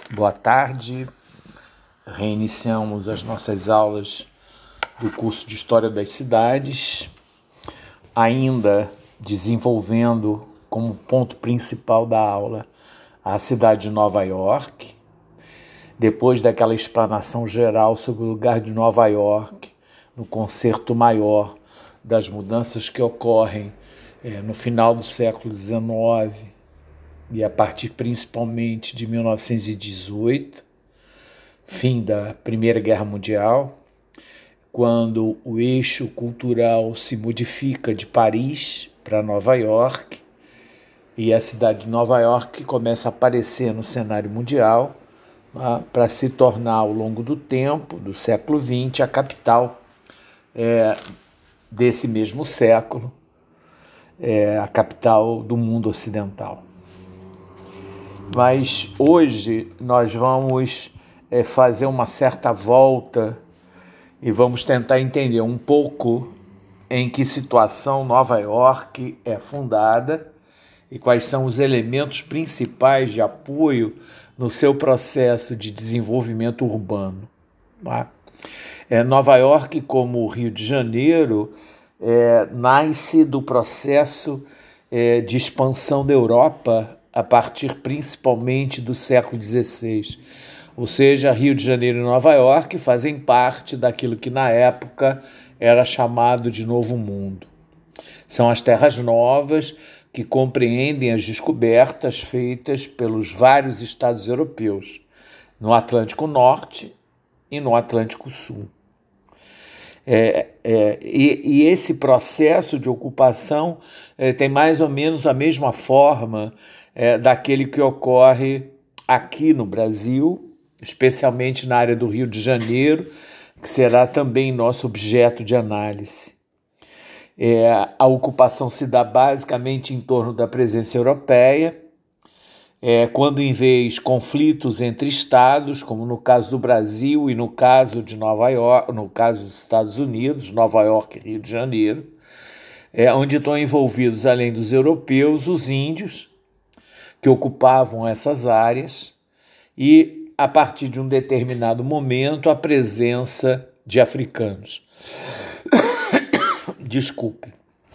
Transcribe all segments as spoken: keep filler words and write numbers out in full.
Boa tarde, reiniciamos as nossas aulas do curso de História das Cidades, ainda desenvolvendo como ponto principal da aula a cidade de Nova York. Depois daquela explanação geral sobre o lugar de Nova York, no concerto maior das mudanças que ocorrem é, no final do século dezenove, e a partir principalmente de mil novecentos e dezoito, fim da Primeira Guerra Mundial, quando o eixo cultural se modifica de Paris para Nova York e a cidade de Nova York começa a aparecer no cenário mundial, tá, para se tornar, ao longo do tempo, do século vinte, a capital é, desse mesmo século, é, a capital do mundo ocidental. Mas hoje nós vamos é, fazer uma certa volta e vamos tentar entender um pouco em que situação Nova York é fundada e quais são os elementos principais de apoio no seu processo de desenvolvimento urbano. Tá? É, Nova York, como o Rio de Janeiro, é, nasce do processo é, de expansão da Europa a partir principalmente do século dezesseis. Ou seja, Rio de Janeiro e Nova York fazem parte daquilo que na época era chamado de Novo Mundo. São as terras novas que compreendem as descobertas feitas pelos vários estados europeus, no Atlântico Norte e no Atlântico Sul. É, é, e, e esse processo de ocupação é, tem mais ou menos a mesma forma é, daquele que ocorre aqui no Brasil, especialmente na área do Rio de Janeiro, que será também nosso objeto de análise. É, a ocupação se dá basicamente em torno da presença europeia, é, quando em vez conflitos entre estados, como no caso do Brasil e no caso de Nova York, no caso dos Estados Unidos, Nova York e Rio de Janeiro, é, onde estão envolvidos, além dos europeus, os índios, que ocupavam essas áreas, e, a partir de um determinado momento, a presença de africanos. Desculpe.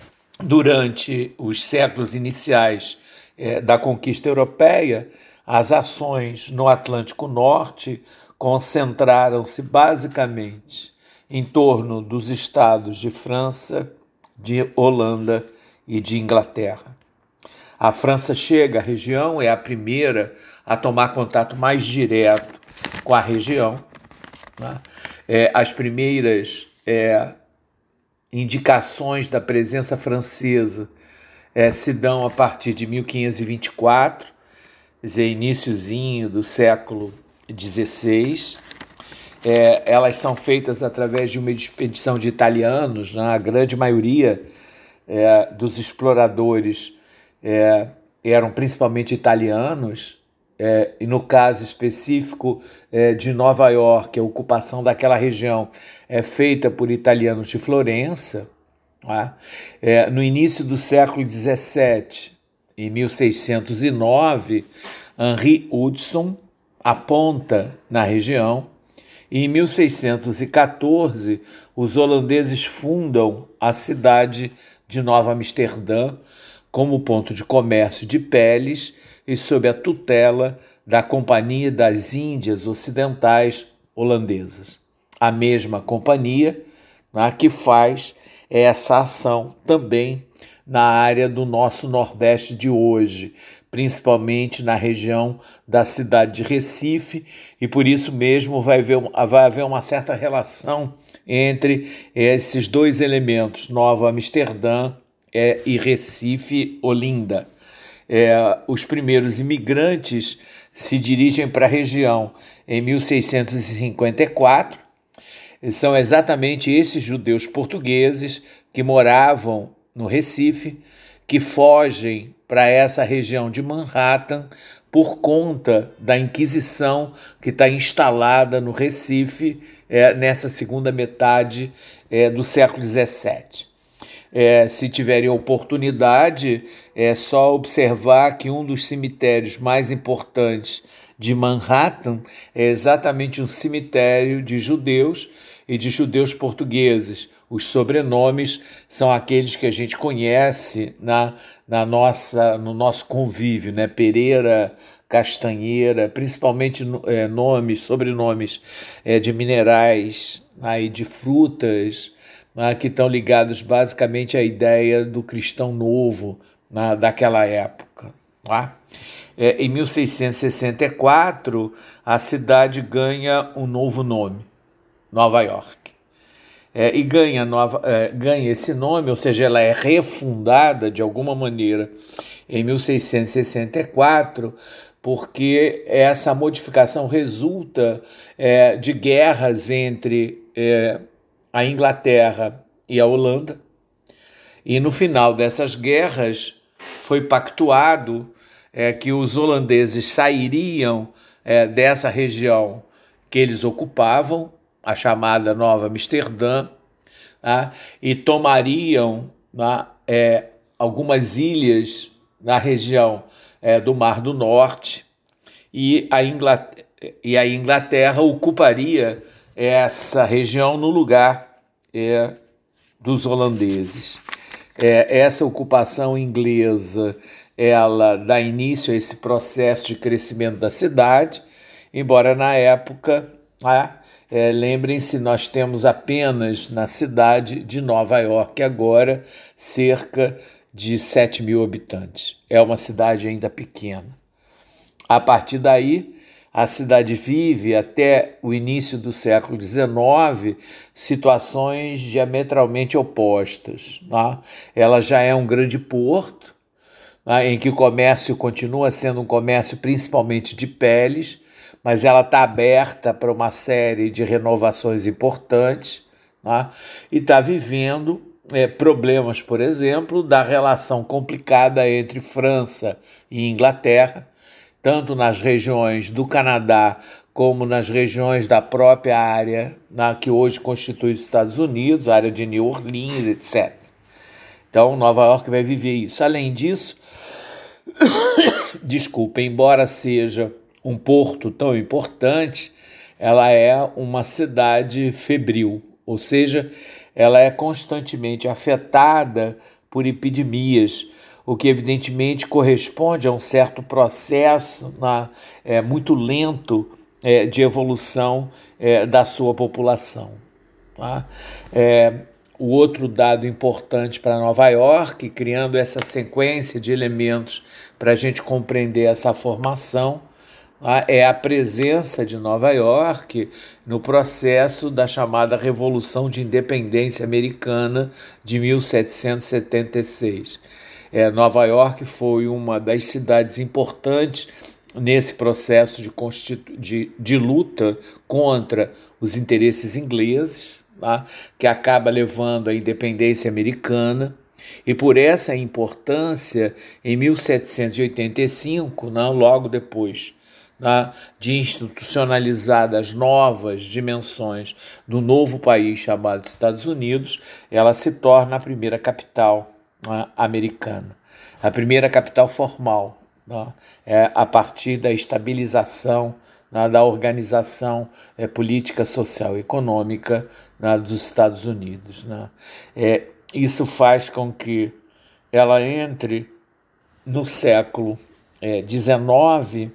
Durante os séculos iniciais é, da conquista europeia, as ações no Atlântico Norte concentraram-se basicamente em torno dos estados de França, de Holanda e de Inglaterra. A França chega à região, é a primeira a tomar contato mais direto com a região. Né? É, as primeiras é, indicações da presença francesa é, se dão a partir de mil quinhentos e vinte e quatro, quer dizer, iniciozinho do século dezesseis. É, elas são feitas através de uma expedição de italianos, né? A grande maioria é, dos exploradores É, eram principalmente italianos, é, e no caso específico é, de Nova York, a ocupação daquela região é feita por italianos de Florença. Tá? É, no início do século dezessete, em mil seiscentos e nove, Henry Hudson aponta na região, e em mil seiscentos e quatorze os holandeses fundam a cidade de Nova Amsterdã como ponto de comércio de peles e sob a tutela da Companhia das Índias Ocidentais Holandesas. A mesma companhia, né, que faz essa ação também na área do nosso Nordeste de hoje, principalmente na região da cidade de Recife, e por isso mesmo vai haver, vai haver uma certa relação entre esses dois elementos, Nova Amsterdã É, e Recife, Olinda. É, os primeiros imigrantes se dirigem para a região em mil seiscentos e cinquenta e quatro. São exatamente esses judeus portugueses que moravam no Recife, que fogem para essa região de Manhattan por conta da Inquisição que está instalada no Recife é, nessa segunda metade é, do século dezessete. É, se tiverem oportunidade, é só observar que um dos cemitérios mais importantes de Manhattan é exatamente um cemitério de judeus e de judeus portugueses. Os sobrenomes são aqueles que a gente conhece na, na nossa, no nosso convívio, né? Pereira, Castanheira, principalmente é, nomes, sobrenomes é, de minerais, aí, de frutas, né? Que estão ligados basicamente à ideia do cristão novo, né? Daquela época. Tá? É, em mil seiscentos e sessenta e quatro, a cidade ganha um novo nome, Nova York. É, e ganha, nova, é, ganha esse nome, ou seja, ela é refundada de alguma maneira em mil seiscentos e sessenta e quatro, porque essa modificação resulta é, de guerras entre é, a Inglaterra e a Holanda, e no final dessas guerras foi pactuado é, que os holandeses sairiam é, dessa região que eles ocupavam, a chamada Nova Amsterdã, tá? E tomariam, tá, é, algumas ilhas na região é, do Mar do Norte, e a Inglaterra, e a Inglaterra ocuparia essa região no lugar é, dos holandeses. É, essa ocupação inglesa, ela dá início a esse processo de crescimento da cidade, embora na época, ah, é, lembrem-se, nós temos apenas na cidade de Nova York agora cerca de sete mil habitantes. É uma cidade ainda pequena. A partir daí, a cidade vive até o início do século dezenove situações diametralmente opostas. Né? Ela já é um grande porto, né, em que o comércio continua sendo um comércio principalmente de peles, mas ela está aberta para uma série de renovações importantes, né, e está vivendo é, problemas, por exemplo, da relação complicada entre França e Inglaterra, tanto nas regiões do Canadá como nas regiões da própria área na que hoje constitui os Estados Unidos, a área de New Orleans, etcétera. Então, Nova York vai viver isso. Além disso, desculpa, embora seja um porto tão importante, ela é uma cidade febril, ou seja, ela é constantemente afetada por epidemias, o que evidentemente corresponde a um certo processo na, é, muito lento é, de evolução é, da sua população. Tá? É, o outro dado importante para Nova York, criando essa sequência de elementos para a gente compreender essa formação, tá? É a presença de Nova York no processo da chamada Revolução de Independência Americana de mil setecentos e setenta e seis. É, Nova York foi uma das cidades importantes nesse processo de, constitu... de, de luta contra os interesses ingleses, tá? Que acaba levando à independência americana. E por essa importância, em mil setecentos e oitenta e cinco, não, logo depois, tá, de institucionalizar as novas dimensões do novo país chamado Estados Unidos, ela se torna a primeira capital, né, americana, a primeira capital formal, né, é a partir da estabilização, né, da organização é, política, social e econômica, né, dos Estados Unidos. Né. É, isso faz com que ela entre no século é, dezenove,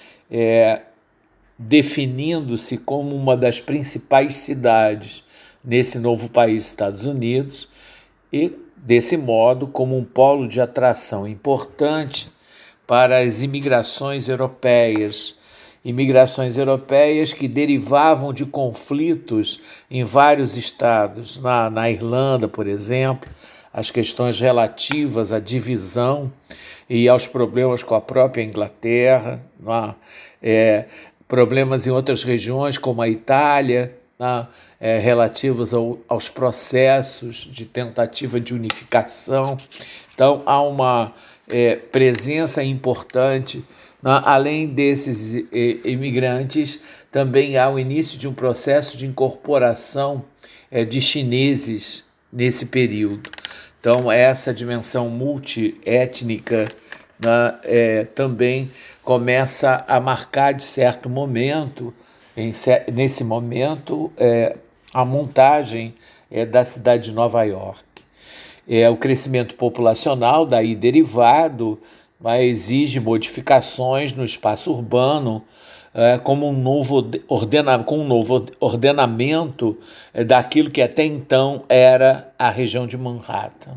é, definindo-se como uma das principais cidades nesse novo país, Estados Unidos, e, desse modo, como um polo de atração importante para as imigrações europeias, imigrações europeias que derivavam de conflitos em vários estados, na, na Irlanda, por exemplo, as questões relativas à divisão e aos problemas com a própria Inglaterra, não é, problemas em outras regiões, como a Itália, não é, relativos ao, aos processos de tentativa de unificação. Então, há uma é, presença importante. Não, além desses é, imigrantes, também há o início de um processo de incorporação é, de chineses nesse período. Então, essa dimensão multiétnica, né, é, também começa a marcar, de certo momento, em, nesse momento, é, a montagem é, da cidade de Nova York. É, o crescimento populacional, daí derivado, mas exige modificações no espaço urbano, é, como um novo ordena, com um novo ordenamento é, daquilo que até então era a região de Manhattan.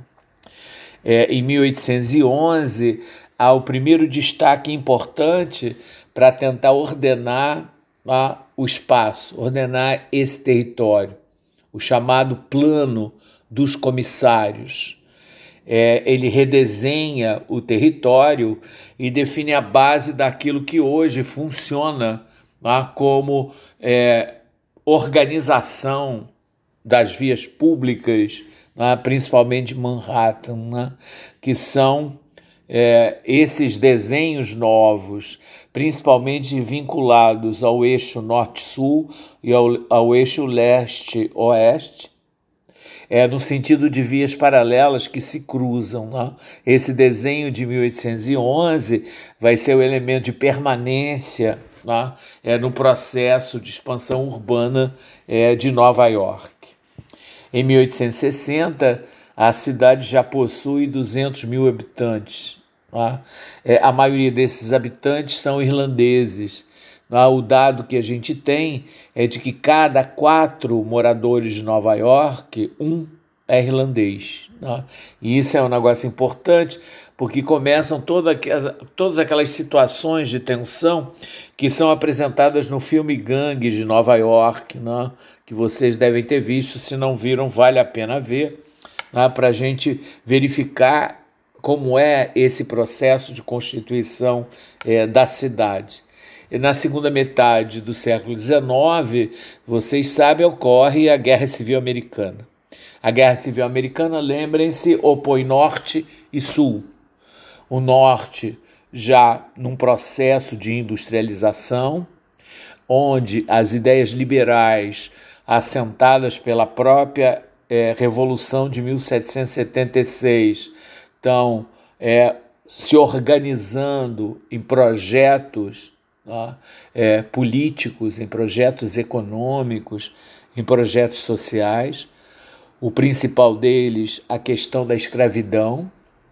É, em mil oitocentos e onze, há o primeiro destaque importante para tentar ordenar ah, o espaço, ordenar esse território, o chamado Plano dos Comissários. É, ele redesenha o território e define a base daquilo que hoje funciona ah, como é, organização das vias públicas, né, principalmente de Manhattan, né, que são é, esses desenhos novos, principalmente vinculados ao eixo norte-sul e ao, ao eixo leste-oeste, é, no sentido de vias paralelas que se cruzam. Né? Esse desenho de mil oitocentos e onze vai ser o elemento de permanência, né, é, no processo de expansão urbana é, de Nova York. Em mil oitocentos e sessenta, a cidade já possui duzentos mil habitantes. Tá? É, a maioria desses habitantes são irlandeses. Tá? O dado que a gente tem é de que cada quatro moradores de Nova York, um é irlandês. Tá? E isso é um negócio importante, porque começam toda aquela, todas aquelas situações de tensão que são apresentadas no filme Gangues de Nova York, né? Que vocês devem ter visto, se não viram, vale a pena ver, né? Para a gente verificar como é esse processo de constituição é, da cidade. E na segunda metade do século dezenove, vocês sabem, ocorre a Guerra Civil Americana. A Guerra Civil Americana, lembrem-se, opõe Norte e Sul. O Norte já num processo de industrialização, onde as ideias liberais assentadas pela própria é, Revolução de mil setecentos e setenta e seis estão é, se organizando em projetos tá, é, políticos, em projetos econômicos, em projetos sociais. O principal deles, a questão da escravidão,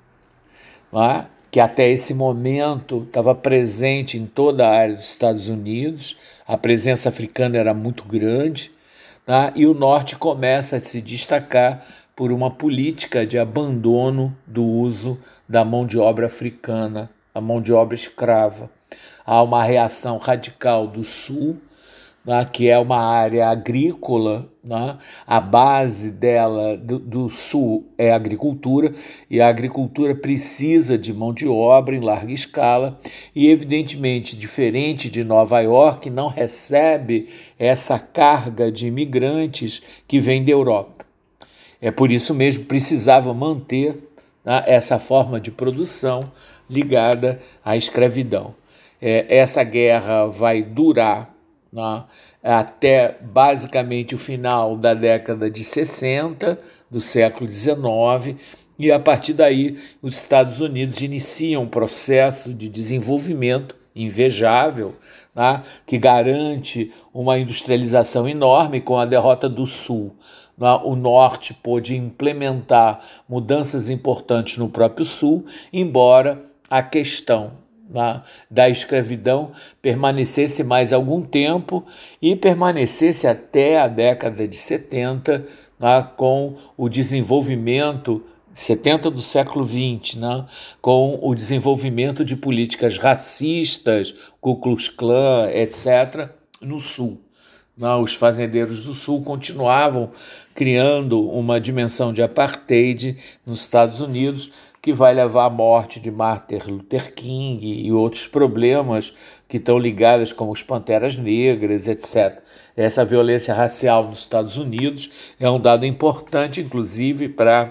tá, que até esse momento estava presente em toda a área dos Estados Unidos, a presença africana era muito grande, tá? E o Norte começa a se destacar por uma política de abandono do uso da mão de obra africana, a mão de obra escrava. Há uma reação radical do Sul, né, que é uma área agrícola, né, a base dela do, do Sul é a agricultura, e a agricultura precisa de mão de obra em larga escala, e evidentemente, diferente de Nova York, não recebe essa carga de imigrantes que vem da Europa. É por isso mesmo precisava manter, né, essa forma de produção ligada à escravidão. É, essa guerra vai durar, né, até basicamente o final da década de sessenta do século dezenove, e a partir daí os Estados Unidos iniciam um processo de desenvolvimento invejável, né, que garante uma industrialização enorme. Com a derrota do Sul, né, o Norte pôde implementar mudanças importantes no próprio Sul, embora a questão Na, da escravidão permanecesse mais algum tempo e permanecesse até a década de setenta, né, com o desenvolvimento, setenta do século vinte, né, com o desenvolvimento de políticas racistas, Ku Klux Klan, etcétera, no Sul. Não, os fazendeiros do Sul continuavam criando uma dimensão de apartheid nos Estados Unidos, que vai levar à morte de Martin Luther King e outros problemas que estão ligados, como os Panteras Negras, etcétera. Essa violência racial nos Estados Unidos é um dado importante, inclusive, para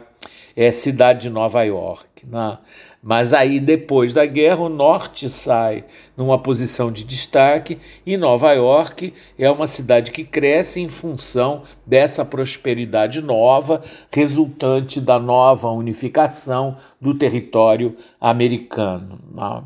é cidade de Nova York, né? Mas aí, depois da guerra, o norte sai numa posição de destaque e Nova York é uma cidade que cresce em função dessa prosperidade nova, resultante da nova unificação do território americano, né?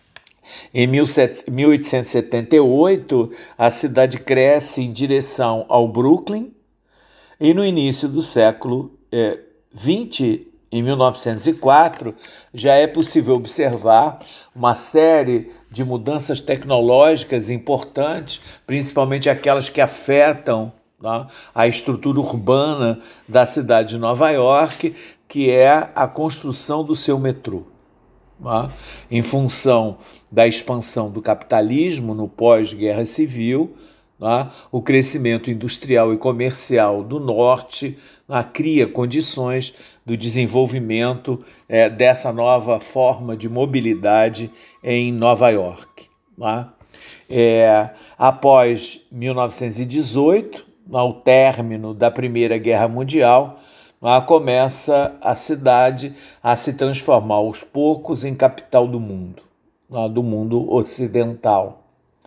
Em mil oitocentos e setenta e oito, a cidade cresce em direção ao Brooklyn e no início do século eh, vinte, em mil novecentos e quatro, já é possível observar uma série de mudanças tecnológicas importantes, principalmente aquelas que afetam, né, a estrutura urbana da cidade de Nova York, que é a construção do seu metrô. Né? Em função da expansão do capitalismo no pós-guerra civil, né? O crescimento industrial e comercial do norte, né, cria condições do desenvolvimento é, dessa nova forma de mobilidade em Nova York. Né? É, após mil novecentos e dezoito, ao término da Primeira Guerra Mundial, lá começa a cidade a se transformar aos poucos em capital do mundo, lá do mundo ocidental.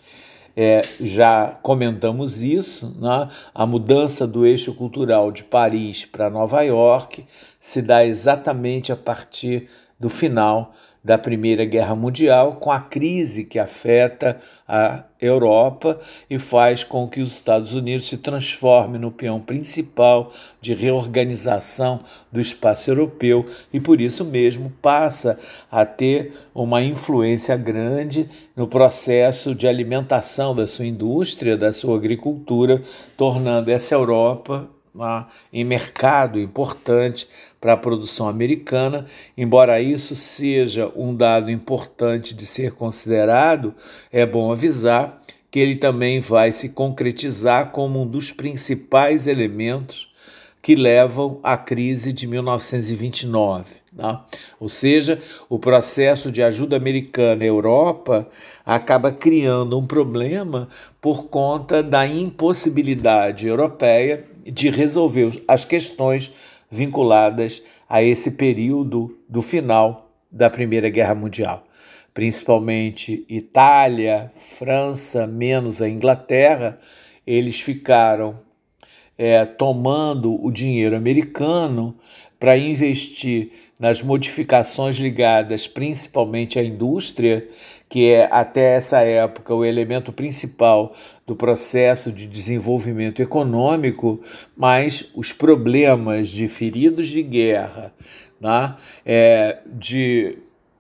É, já comentamos isso, né? A mudança do eixo cultural de Paris para Nova York se dá exatamente a partir do final da Primeira Guerra Mundial, com a crise que afeta a Europa e faz com que os Estados Unidos se transformem no peão principal de reorganização do espaço europeu e, por isso mesmo, passa a ter uma influência grande no processo de alimentação da sua indústria, da sua agricultura, tornando essa Europa Lá, em mercado importante para a produção americana. Embora isso seja um dado importante de ser considerado, é bom avisar que ele também vai se concretizar como um dos principais elementos que levam à crise de mil novecentos e vinte e nove. Né? Ou seja, o processo de ajuda americana à Europa acaba criando um problema por conta da impossibilidade europeia de resolver as questões vinculadas a esse período do final da Primeira Guerra Mundial. Principalmente Itália, França, menos a Inglaterra, eles ficaram é, tomando o dinheiro americano para investir nas modificações ligadas principalmente à indústria, que é até essa época o elemento principal do processo de desenvolvimento econômico, mas os problemas de feridos de guerra, né, é, de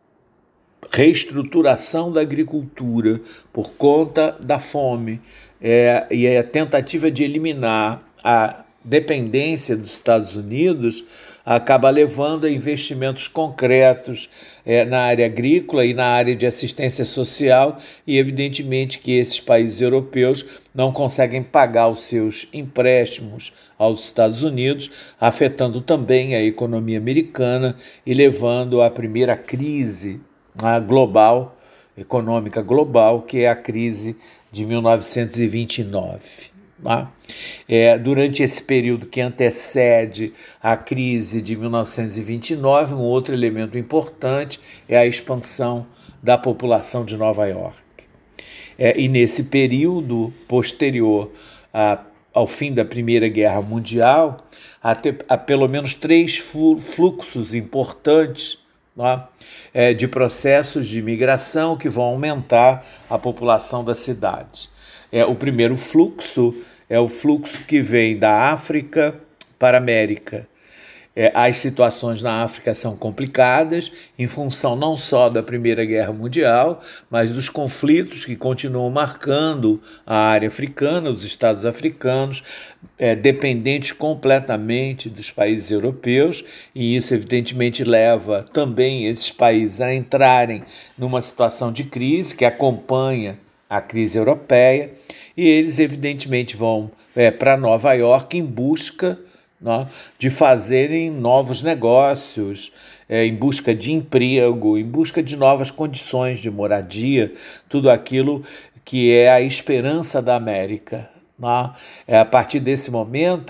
reestruturação da agricultura por conta da fome é, e a tentativa de eliminar a dependência dos Estados Unidos acaba levando a investimentos concretos é, na área agrícola e na área de assistência social e, evidentemente, que esses países europeus não conseguem pagar os seus empréstimos aos Estados Unidos, afetando também a economia americana e levando à primeira crise a global, econômica global, que é a crise de mil novecentos e vinte e nove. Tá? É, durante esse período que antecede a crise de mil novecentos e vinte e nove, um outro elemento importante é a expansão da população de Nova York. É, e nesse período posterior a, ao fim da Primeira Guerra Mundial, há, te, há pelo menos três fluxos importantes, tá? é, de processos de migração que vão aumentar a população das cidades. É, o primeiro fluxo é o fluxo que vem da África para a América. É, as situações na África são complicadas em função não só da Primeira Guerra Mundial, mas dos conflitos que continuam marcando a área africana, os estados africanos, é, dependentes completamente dos países europeus, e isso evidentemente leva também esses países a entrarem numa situação de crise que acompanha a crise europeia, e eles evidentemente vão é, para Nova York em busca, né, de fazerem novos negócios, é, em busca de emprego, em busca de novas condições de moradia, tudo aquilo que é a esperança da América. Né? É, a partir desse momento,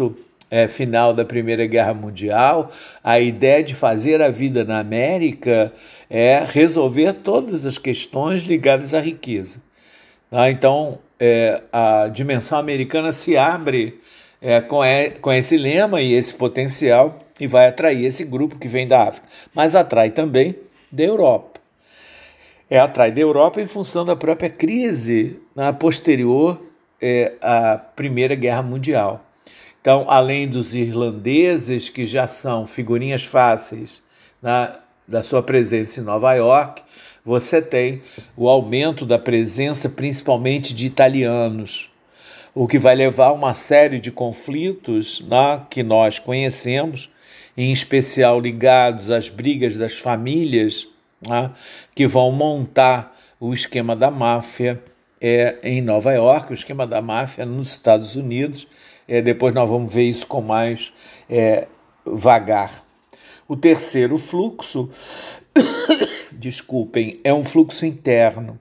é, final da Primeira Guerra Mundial, a ideia de fazer a vida na América é resolver todas as questões ligadas à riqueza. Tá? Então, é, a dimensão americana se abre é, com, é, com esse lema e esse potencial e vai atrair esse grupo que vem da África, mas atrai também da Europa. É, atrai da Europa em função da própria crise na posterior é, à Primeira Guerra Mundial. Então, além dos irlandeses, que já são figurinhas fáceis na, da sua presença em Nova York, você tem o aumento da presença principalmente de italianos, o que vai levar a uma série de conflitos, né, que nós conhecemos, em especial ligados às brigas das famílias, né, que vão montar o esquema da máfia é, em Nova York, o esquema da máfia nos Estados Unidos. É, depois nós vamos ver isso com mais é, vagar. O terceiro fluxo, desculpem, é um fluxo interno.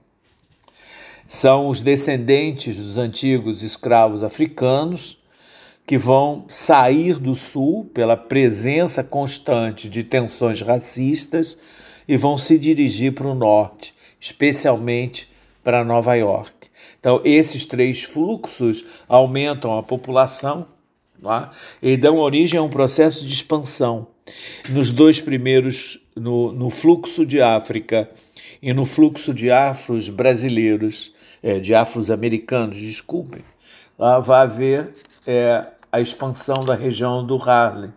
São os descendentes dos antigos escravos africanos que vão sair do sul pela presença constante de tensões racistas e vão se dirigir para o norte, especialmente para Nova York. Então, esses três fluxos aumentam a população, tá? E dão origem a um processo de expansão. Nos dois primeiros, no, no fluxo de África e no fluxo de afros brasileiros, é, de afros americanos, desculpem, lá vai haver é, a expansão da região do Harlem,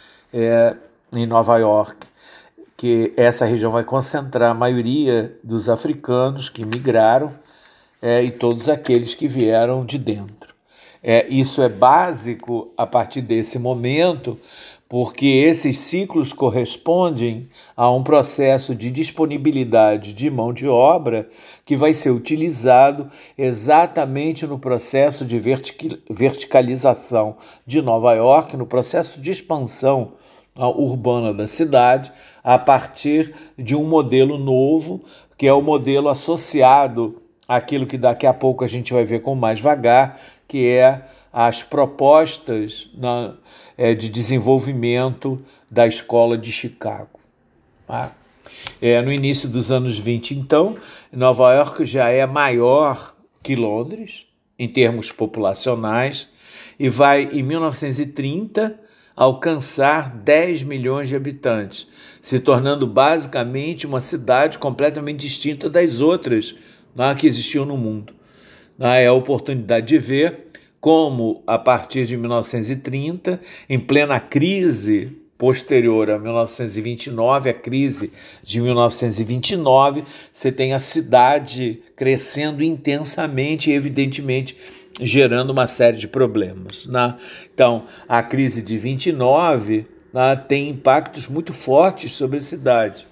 é, em Nova York, que essa região vai concentrar a maioria dos africanos que migraram é, e todos aqueles que vieram de dentro. É, isso é básico a partir desse momento, porque esses ciclos correspondem a um processo de disponibilidade de mão de obra que vai ser utilizado exatamente no processo de verticalização de Nova York, no processo de expansão urbana da cidade, a partir de um modelo novo, que é o modelo associado àquilo que daqui a pouco a gente vai ver com mais vagar, que é as propostas na, é, de desenvolvimento da escola de Chicago. Tá? É, no início dos anos vinte, então, Nova York já é maior que Londres, em termos populacionais, e vai, em mil novecentos e trinta, alcançar dez milhões de habitantes, se tornando basicamente uma cidade completamente distinta das outras, né, que existiam no mundo. É a oportunidade de ver como, a partir de mil novecentos e trinta, em plena crise posterior a mil novecentos e vinte e nove, a crise de mil novecentos e vinte e nove, você tem a cidade crescendo intensamente e, evidentemente, gerando uma série de problemas. Né? Então, a crise de vinte e nove, né, tem impactos muito fortes sobre a cidade.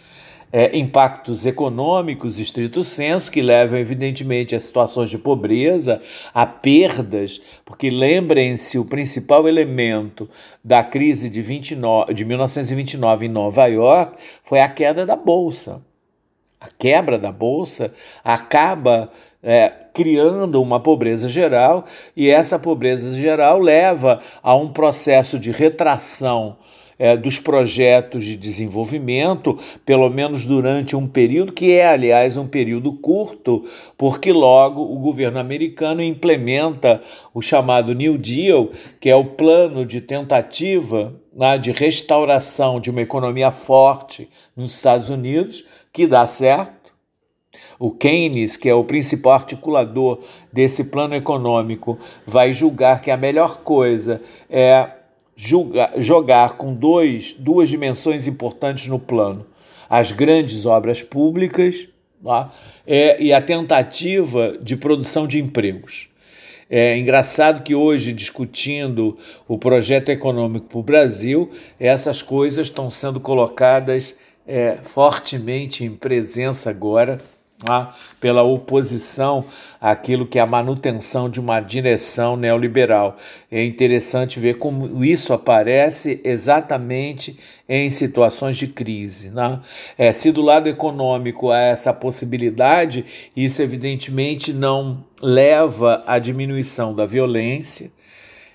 É, impactos econômicos, estrito senso, que levam, evidentemente, a situações de pobreza, a perdas, porque lembrem-se, o principal elemento da crise de, vinte e nove, de mil novecentos e vinte e nove em Nova York foi a queda da Bolsa. A quebra da Bolsa acaba é, criando uma pobreza geral, e essa pobreza geral leva a um processo de retração É, dos projetos de desenvolvimento, pelo menos durante um período, que é, aliás, um período curto, porque logo o governo americano implementa o chamado New Deal, que é o plano de tentativa, né, de restauração de uma economia forte nos Estados Unidos, que dá certo. O Keynes, que é o principal articulador desse plano econômico, vai julgar que a melhor coisa é Julga, jogar com dois, duas dimensões importantes no plano: as grandes obras públicas, tá? é, e a tentativa de produção de empregos. É engraçado que hoje, discutindo o projeto econômico para o Brasil, essas coisas estão sendo colocadas é, fortemente em presença agora, ah, pela oposição àquilo que é a manutenção de uma direção neoliberal. É interessante ver como isso aparece exatamente em situações de crise. Né? É, se do lado econômico há essa possibilidade, isso evidentemente não leva à diminuição da violência,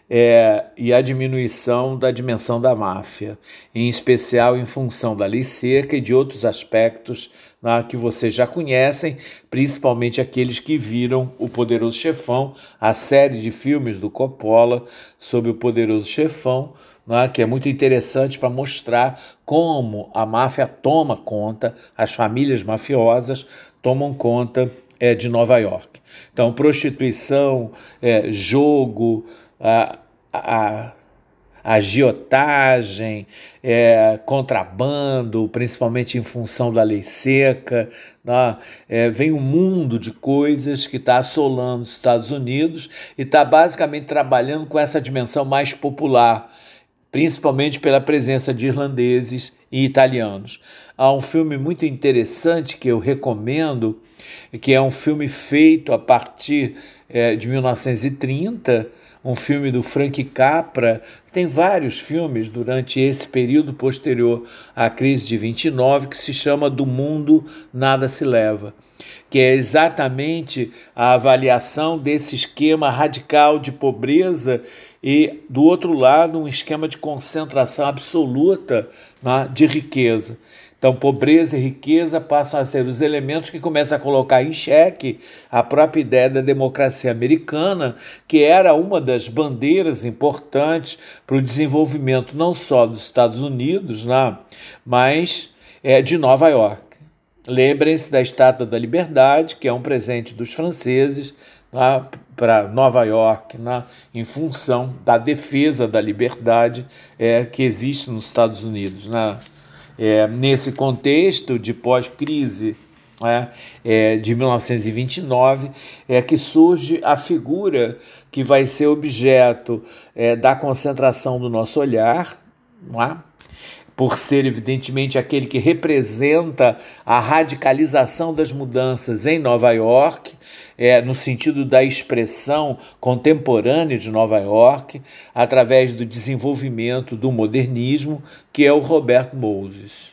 é, e a diminuição da dimensão da máfia, em especial em função da lei seca e de outros aspectos, né, que vocês já conhecem, principalmente aqueles que viram O Poderoso Chefão, a série de filmes do Coppola sobre o Poderoso Chefão, né, que é muito interessante para mostrar como a máfia toma conta, as famílias mafiosas tomam conta é, de Nova York. Então, prostituição, é, jogo, a, a, a agiotagem, é, contrabando, principalmente em função da lei seca, né? É, vem um mundo de coisas que está assolando os Estados Unidos e está basicamente trabalhando com essa dimensão mais popular, principalmente pela presença de irlandeses e italianos. Há um filme muito interessante que eu recomendo, que é um filme feito a partir é, de mil novecentos e trinta, um filme do Frank Capra. Tem vários filmes durante esse período posterior à crise de vinte e nove, que se chama Do Mundo Nada Se Leva, que é exatamente a avaliação desse esquema radical de pobreza e, do outro lado, um esquema de concentração absoluta, né, de riqueza. Então, pobreza e riqueza passam a ser os elementos que começam a colocar em xeque a própria ideia da democracia americana, que era uma das bandeiras importantes para o desenvolvimento não só dos Estados Unidos, né, mas é, de Nova York. Lembrem-se da Estátua da Liberdade, que é um presente dos franceses né, para Nova York, né, em função da defesa da liberdade é, que existe nos Estados Unidos. Né? É, nesse contexto de pós-crise né, é, de mil novecentos e vinte e nove, é que surge a figura que vai ser objeto é, da concentração do nosso olhar, não é? Por ser, evidentemente, aquele que representa a radicalização das mudanças em Nova York, é, no sentido da expressão contemporânea de Nova York, através do desenvolvimento do modernismo, que é o Robert Moses,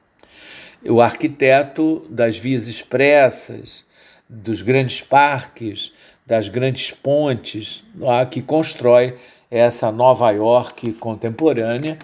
o arquiteto das vias expressas, dos grandes parques, das grandes pontes, que constrói essa Nova York contemporânea,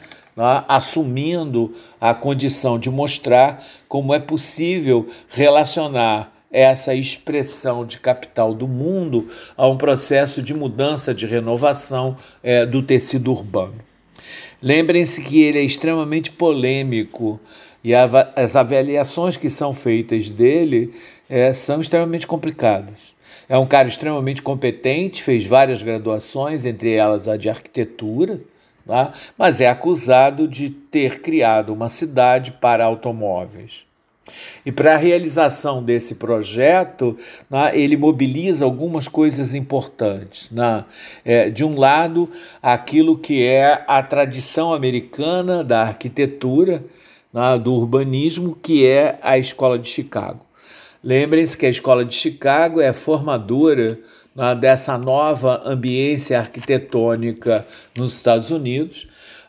assumindo a condição de mostrar como é possível relacionar essa expressão de capital do mundo a um processo de mudança, de renovação é, do tecido urbano. Lembrem-se que ele é extremamente polêmico e as avaliações que são feitas dele é, são extremamente complicadas. É um cara extremamente competente, fez várias graduações, entre elas a de arquitetura, tá? Mas é acusado de ter criado uma cidade para automóveis. E para a realização desse projeto, né, ele mobiliza algumas coisas importantes. Né? É, de um lado, aquilo que é a tradição americana da arquitetura, né, do urbanismo, que é a Escola de Chicago. Lembrem-se que a Escola de Chicago é formadora né, dessa nova ambiência arquitetônica nos Estados Unidos,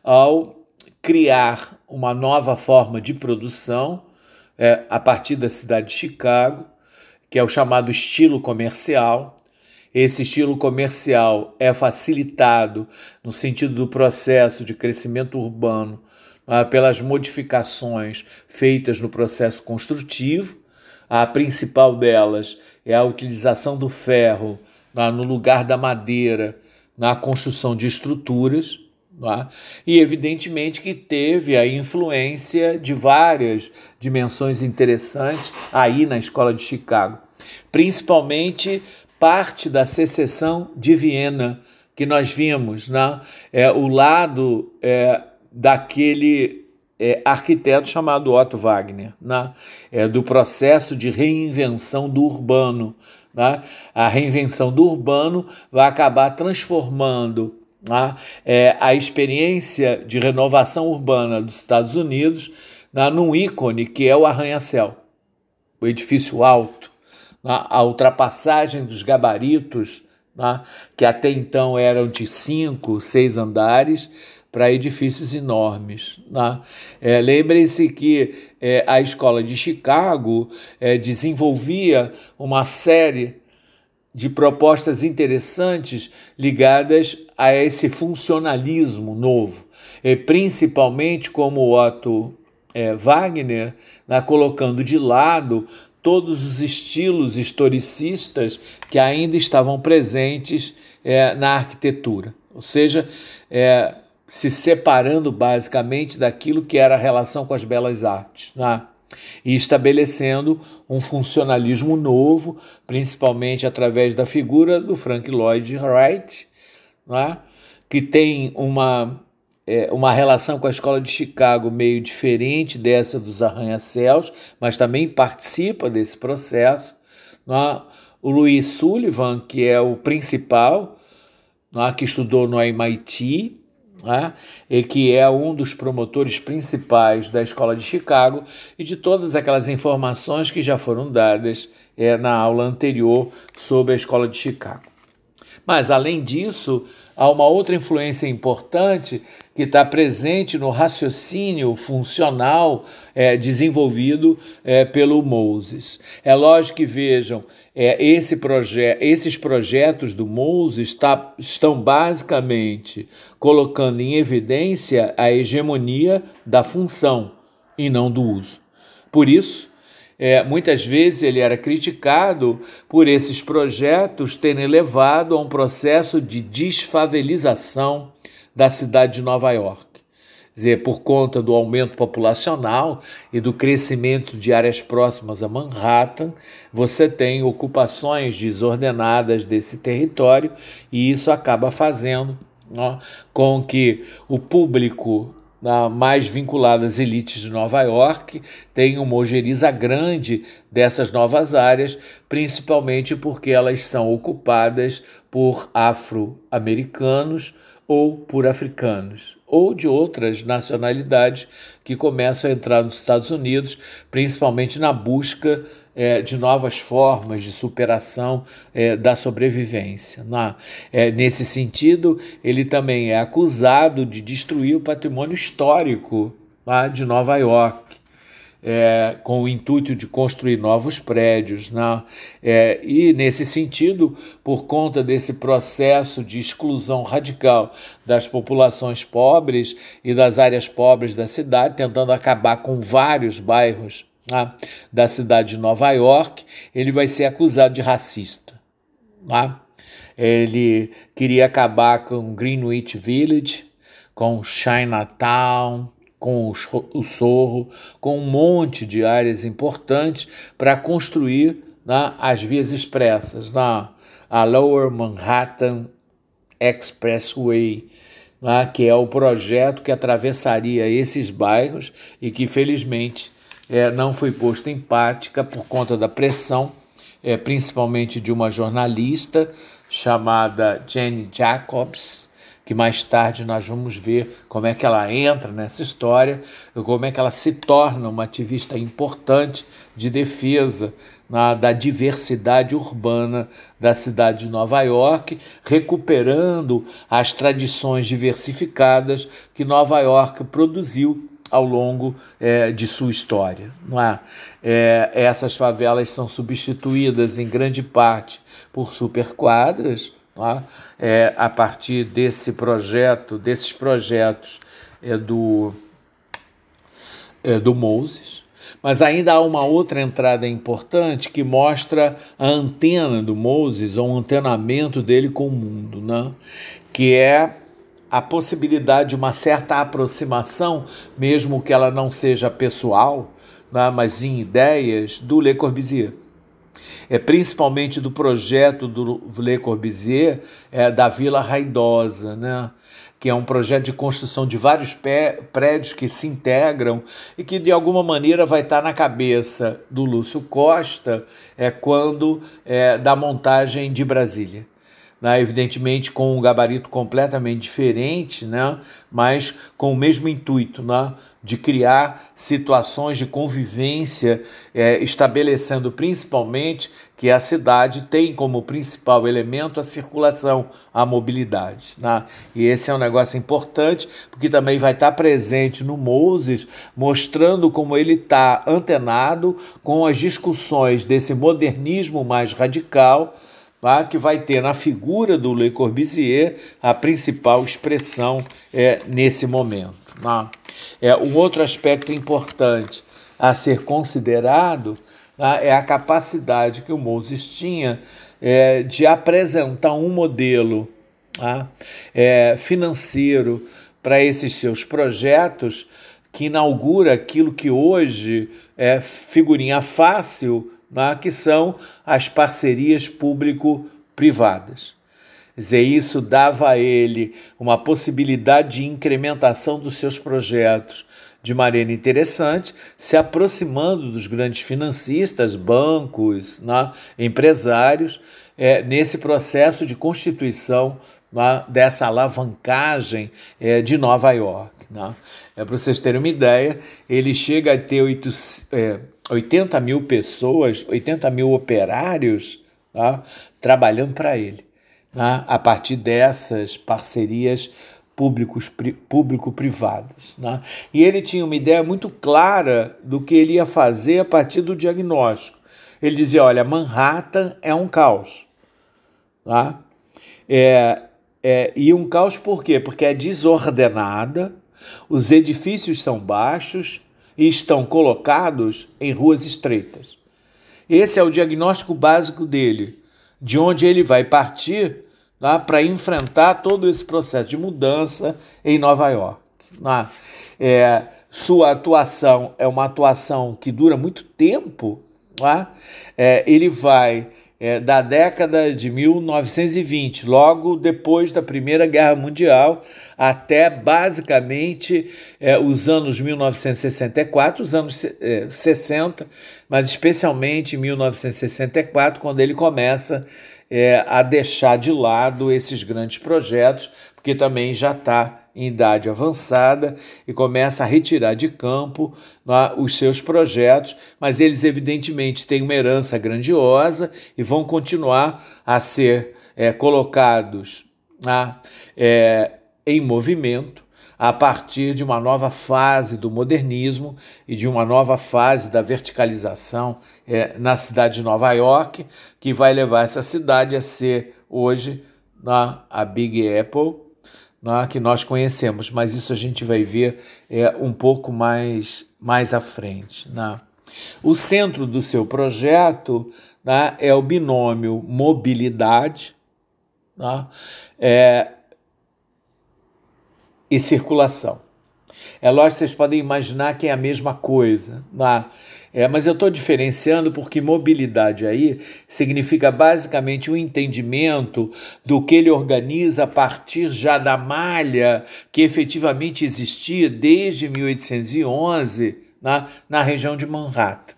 ao criar uma nova forma de produção é, a partir da cidade de Chicago, que é o chamado estilo comercial. Esse estilo comercial é facilitado no sentido do processo de crescimento urbano ah, pelas modificações feitas no processo construtivo. A principal delas é a utilização do ferro ah, no lugar da madeira na construção de estruturas. Tá? E evidentemente que teve a influência de várias dimensões interessantes aí na Escola de Chicago, principalmente parte da Secessão de Viena, que nós vimos, né? É, o lado é, daquele é, arquiteto chamado Otto Wagner, né? É, do processo de reinvenção do urbano. Né? A reinvenção do urbano vai acabar transformando né, é, a experiência de renovação urbana dos Estados Unidos né, num ícone que é o arranha-céu, o edifício alto, né, a ultrapassagem dos gabaritos, né, que até então eram de cinco, seis andares, para edifícios enormes. Né? É, lembrem-se que é, a Escola de Chicago é, desenvolvia uma série de propostas interessantes ligadas a esse funcionalismo novo, e principalmente como Otto é, Wagner, né, colocando de lado todos os estilos historicistas que ainda estavam presentes é, na arquitetura, ou seja, é, se separando basicamente daquilo que era a relação com as belas artes, né? E estabelecendo um funcionalismo novo, principalmente através da figura do Frank Lloyd Wright, né? Que tem uma, é, uma relação com a escola de Chicago meio diferente dessa dos arranha-céus, mas também participa desse processo, né? O Louis Sullivan, que é o principal, né? Que estudou no M I T, né? E que é um dos promotores principais da Escola de Chicago e de todas aquelas informações que já foram dadas é, na aula anterior sobre a Escola de Chicago. Mas, além disso, há uma outra influência importante que está presente no raciocínio funcional é, desenvolvido é, pelo Moses. É lógico que, vejam, é, esse proje- esses projetos do Moses tá, estão basicamente colocando em evidência a hegemonia da função e não do uso. Por isso, É, muitas vezes ele era criticado por esses projetos terem levado a um processo de desfavelização da cidade de Nova York. Quer dizer, por conta do aumento populacional e do crescimento de áreas próximas a Manhattan, você tem ocupações desordenadas desse território e isso acaba fazendo, né, com que o público mais vinculado às elites de Nova York, tem uma ojeriza grande dessas novas áreas, principalmente porque elas são ocupadas por afro-americanos ou por africanos, ou de outras nacionalidades que começam a entrar nos Estados Unidos, principalmente na busca É, de novas formas de superação é, da sobrevivência. Na, é, nesse sentido, ele também é acusado de destruir o patrimônio histórico lá de Nova York, é, com o intuito de construir novos prédios. Né? É, e, nesse sentido, por conta desse processo de exclusão radical das populações pobres e das áreas pobres da cidade, tentando acabar com vários bairros Né, da cidade de Nova York, ele vai ser acusado de racista. Né? Ele queria acabar com Greenwich Village, com Chinatown, com o Sorro, com um monte de áreas importantes para construir, né, as vias expressas, né, a Lower Manhattan Expressway, né, que é o projeto que atravessaria esses bairros e que, felizmente, É, não foi posto em prática por conta da pressão, é, principalmente de uma jornalista chamada Jane Jacobs, que mais tarde nós vamos ver como é que ela entra nessa história, como é que ela se torna uma ativista importante de defesa na, da diversidade urbana da cidade de Nova York, recuperando as tradições diversificadas que Nova York produziu ao longo é, de sua história. Não é? É, essas favelas são substituídas em grande parte por superquadras, não é? É, a partir desse projeto, desses projetos é, do, é, do Moses. Mas ainda há uma outra entrada importante que mostra a antena do Moses, ou um antenamento dele com o mundo, né? Que é a possibilidade de uma certa aproximação, mesmo que ela não seja pessoal, né, mas em ideias, do Le Corbusier. É, principalmente do projeto do Le Corbusier, é, da Vila Raidosa, né, que é um projeto de construção de vários pé, prédios que se integram e que, de alguma maneira, vai estar na cabeça do Lúcio Costa é, quando é, da montagem de Brasília. Né, evidentemente com um gabarito completamente diferente, né, mas com o mesmo intuito, né, de criar situações de convivência, é, estabelecendo principalmente que a cidade tem como principal elemento a circulação, a mobilidade. Né? E esse é um negócio importante, porque também vai estar presente no Moses, mostrando como ele está antenado com as discussões desse modernismo mais radical, tá, que vai ter na figura do Le Corbusier a principal expressão é, nesse momento. Tá? É, um outro aspecto importante a ser considerado, tá, é a capacidade que o Moses tinha é, de apresentar um modelo, tá, é, financeiro para esses seus projetos que inaugura aquilo que hoje é figurinha fácil, né, que são as parcerias público-privadas. Quer dizer, isso dava a ele uma possibilidade de incrementação dos seus projetos de maneira interessante, se aproximando dos grandes financistas, bancos, né, empresários, é, nesse processo de constituição, né, dessa alavancagem é, de Nova York. Né? É, para vocês terem uma ideia, ele chega a ter oito, é, oitenta mil pessoas, oitenta mil operários, tá, trabalhando para ele, né, a partir dessas parcerias públicos, público-privadas. Né? E ele tinha uma ideia muito clara do que ele ia fazer a partir do diagnóstico. Ele dizia, olha, Manhattan é um caos. Tá? É, é, e um caos por quê? Porque é desordenada, os edifícios são baixos e estão colocados em ruas estreitas. Esse é o diagnóstico básico dele, de onde ele vai partir, tá, para enfrentar todo esse processo de mudança em Nova York. Tá? É, sua atuação é uma atuação que dura muito tempo. Tá? É, ele vai é, da década de mil novecentos e vinte, logo depois da Primeira Guerra Mundial, até basicamente é, os anos mil novecentos e sessenta e quatro, os anos é, sessenta, mas especialmente em mil novecentos e sessenta e quatro, quando ele começa é, a deixar de lado esses grandes projetos, porque também já está em idade avançada e começa a retirar de campo, né, os seus projetos, mas eles evidentemente têm uma herança grandiosa e vão continuar a ser é, colocados, né, é, em movimento a partir de uma nova fase do modernismo e de uma nova fase da verticalização é, na cidade de Nova York, que vai levar essa cidade a ser hoje, né, a Big Apple, né, que nós conhecemos, mas isso a gente vai ver é, um pouco mais, mais à frente. Né? O centro do seu projeto, né, é o binômio mobilidade, né, é, e circulação. É lógico que vocês podem imaginar que é a mesma coisa, né? É, mas eu estou diferenciando porque mobilidade aí significa basicamente o um entendimento do que ele organiza a partir já da malha que efetivamente existia desde mil oitocentos e onze, né, na região de Manhattan.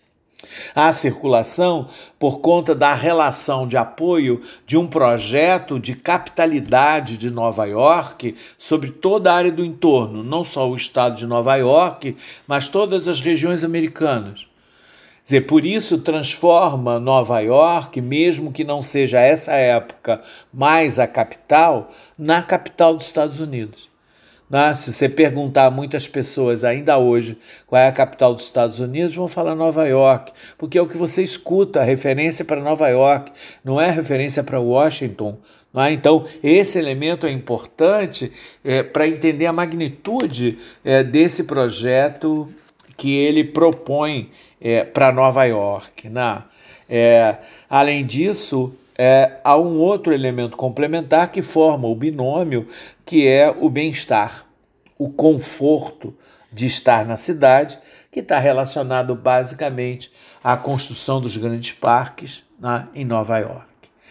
A circulação por conta da relação de apoio de um projeto de capitalidade de Nova York sobre toda a área do entorno, não só o estado de Nova York, mas todas as regiões americanas. Quer dizer, por isso transforma Nova York, mesmo que não seja essa época mais a capital, na capital dos Estados Unidos. Se você perguntar a muitas pessoas ainda hoje qual é a capital dos Estados Unidos, vão falar Nova York, porque é o que você escuta, a referência para Nova York, não é referência para Washington. Não é? Então, esse elemento é importante é, para entender a magnitude é, desse projeto que ele propõe é, para Nova York. Né? É, além disso, É, há um outro elemento complementar que forma o binômio, que é o bem-estar, o conforto de estar na cidade, que está relacionado basicamente à construção dos grandes parques, né, em Nova York.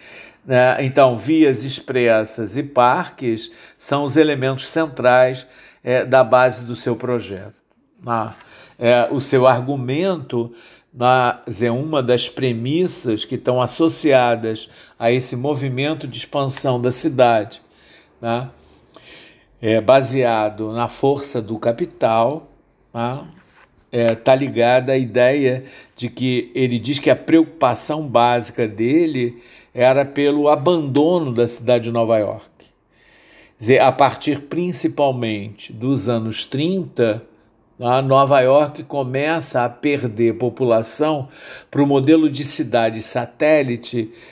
Né? Então, vias expressas e parques são os elementos centrais é, da base do seu projeto. Né? É, o seu argumento, é uma das premissas que estão associadas a esse movimento de expansão da cidade, né? É baseado na força do capital, né? É, tá ligada à ideia de que ele diz que a preocupação básica dele era pelo abandono da cidade de Nova York. Quer dizer, a partir principalmente dos anos trinta, Nova York começa a perder população para o modelo de cidade satélite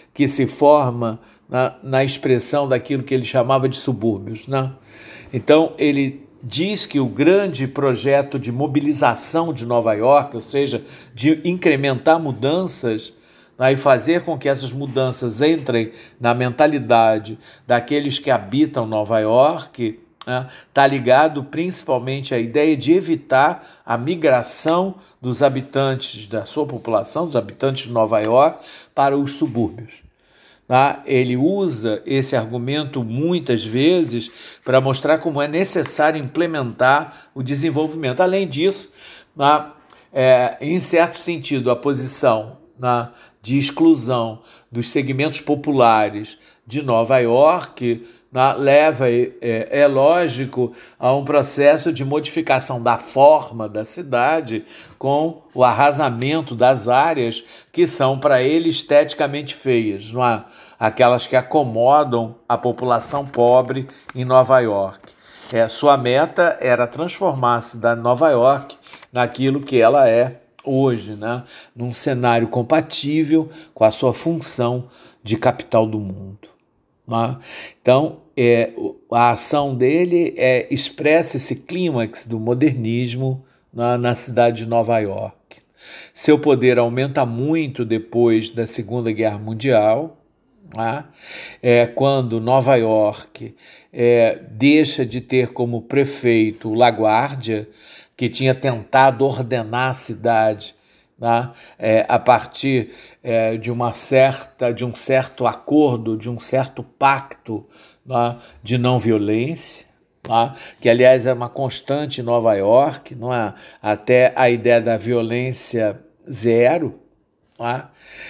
que se forma na, na expressão daquilo que ele chamava de subúrbios, né? Então, ele diz que o grande projeto de mobilização de Nova York, ou seja, de incrementar mudanças, né, e fazer com que essas mudanças entrem na mentalidade daqueles que habitam Nova York, está, né, ligado principalmente à ideia de evitar a migração dos habitantes da sua população, dos habitantes de Nova York, para os subúrbios. Tá? Ele usa esse argumento muitas vezes para mostrar como é necessário implementar o desenvolvimento. Além disso, tá? é, em certo sentido, a posição, tá, de exclusão dos segmentos populares de Nova York, tá, leva, é, é lógico, a um processo de modificação da forma da cidade com o arrasamento das áreas que são para ele esteticamente feias, não é? Aquelas que acomodam a população pobre em Nova York. É, sua meta era transformar a cidade de Nova York naquilo que ela é hoje, né? Num cenário compatível com a sua função de capital do mundo. Né? Então, é, a ação dele é, expressa esse clímax do modernismo na, na cidade de Nova York. Seu poder aumenta muito depois da Segunda Guerra Mundial, né? é, quando Nova York é, deixa de ter como prefeito o LaGuardia, que tinha tentado ordenar a cidade, né, é, a partir é, de uma certa, de um certo acordo, de um certo pacto, né, de não violência, né, que aliás é uma constante em Nova York, não é? Até a ideia da violência zero. Né?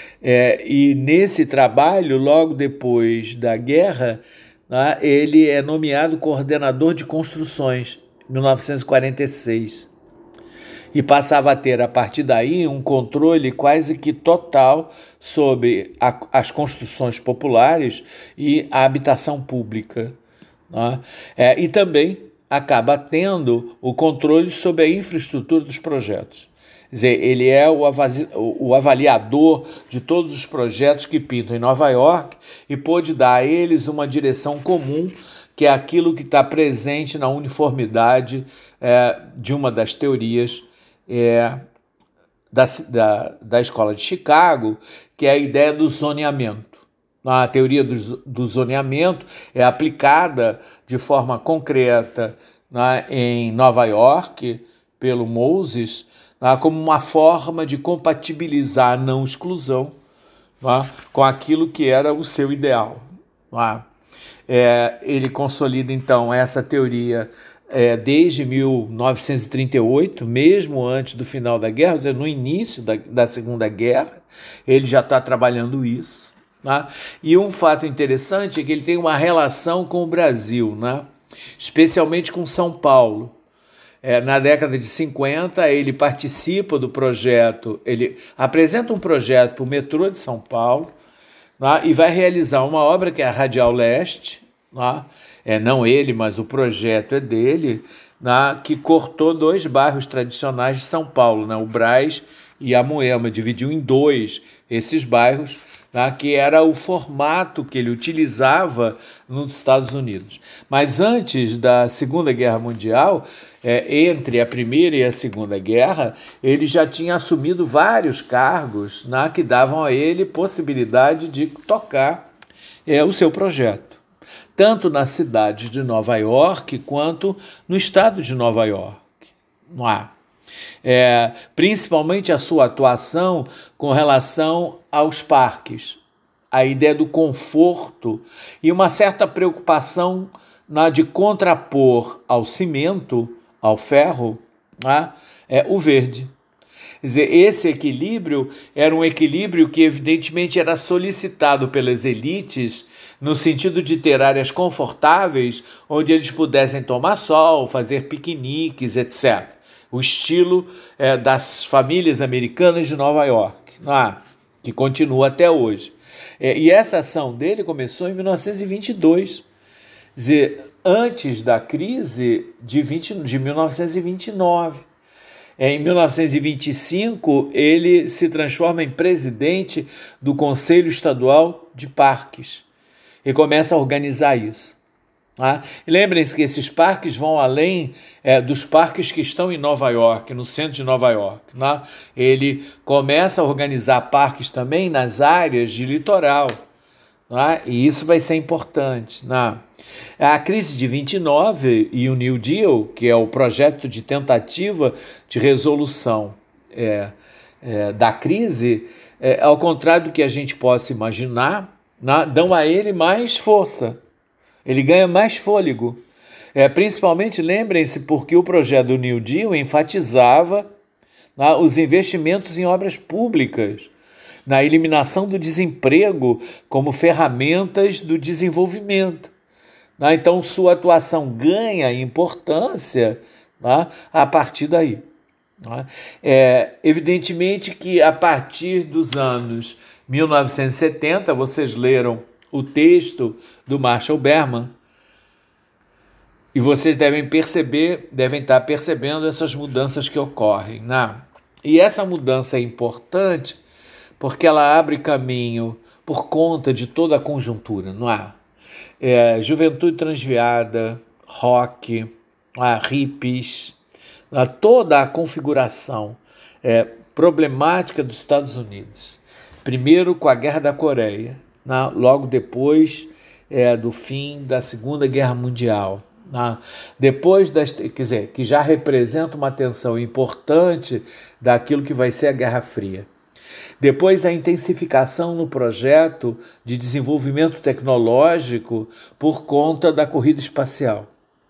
É, e nesse trabalho, logo depois da guerra, né, ele é nomeado coordenador de construções, em mil novecentos e quarenta e seis. E passava a ter, a partir daí, um controle quase que total sobre a, as construções populares e a habitação pública. Né? É, e também acaba tendo o controle sobre a infraestrutura dos projetos. Quer dizer, ele é o, o avaliador de todos os projetos que pintam em Nova York e pôde dar a eles uma direção comum, que é aquilo que está presente na uniformidade é, de uma das teorias É, da, da, da escola de Chicago, que é a ideia do zoneamento. A teoria do, do zoneamento é aplicada de forma concreta, né, em Nova York, pelo Moses, né, como uma forma de compatibilizar a não exclusão, né, com aquilo que era o seu ideal. Né. É, ele consolida, então, essa teoria É, desde mil novecentos e trinta e oito, mesmo antes do final da guerra, ou seja, no início da, da Segunda Guerra, ele já está trabalhando isso. Né? E um fato interessante é que ele tem uma relação com o Brasil, né? Especialmente com São Paulo. É, na década de cinquenta, ele participa do projeto, ele apresenta um projeto para o metrô de São Paulo, né? E vai realizar uma obra que é a Radial Leste, né? É, não ele, mas o projeto é dele, né, que cortou dois bairros tradicionais de São Paulo, né, o Brás e a Moema, dividiu em dois esses bairros, né, que era o formato que ele utilizava nos Estados Unidos. Mas antes da Segunda Guerra Mundial, é, entre a Primeira e a Segunda Guerra, ele já tinha assumido vários cargos, né, que davam a ele possibilidade de tocar é, o seu projeto, tanto na cidade de Nova York quanto no estado de Nova York. Não há. É, principalmente a sua atuação com relação aos parques, a ideia do conforto e uma certa preocupação na de contrapor ao cimento, ao ferro, né, é, o verde. Quer dizer, esse equilíbrio era um equilíbrio que evidentemente era solicitado pelas elites no sentido de ter áreas confortáveis onde eles pudessem tomar sol, fazer piqueniques, etcétera. O estilo é, das famílias americanas de Nova York, ah, que continua até hoje. É, e essa ação dele começou em mil novecentos e vinte e dois, quer dizer, antes da crise de, vinte, de mil novecentos e vinte e nove. Em mil novecentos e vinte e cinco, ele se transforma em presidente do Conselho Estadual de parques e começa a organizar isso. Tá? E lembrem-se que esses parques vão além é, dos parques que estão em Nova York, no centro de Nova York. Né? Ele começa a organizar parques também nas áreas de litoral. Né? E isso vai ser importante. Né? A crise de vinte e nove e o New Deal, que é o projeto de tentativa de resolução é, é, da crise, é, ao contrário do que a gente possa imaginar, né, dão a ele mais força. Ele ganha mais fôlego. É, principalmente, lembrem-se, porque o projeto do New Deal enfatizava, né, os investimentos em obras públicas, na eliminação do desemprego como ferramentas do desenvolvimento. Né? Então, sua atuação ganha importância, né, a partir daí. Né? É, evidentemente que a partir dos anos mil novecentos e setenta, vocês leram o texto do Marshall Berman, e vocês devem perceber, devem estar percebendo essas mudanças que ocorrem. Né? E essa mudança é importante porque ela abre caminho por conta de toda a conjuntura, não é? É, juventude transviada, rock, a hippies, a toda a configuração é, problemática dos Estados Unidos. Primeiro com a Guerra da Coreia, né? Logo depois é, do fim da Segunda Guerra Mundial. Né? Depois das, quer dizer, que já representa uma tensão importante daquilo que vai ser a Guerra Fria. Depois, a intensificação no projeto de desenvolvimento tecnológico por conta da corrida espacial.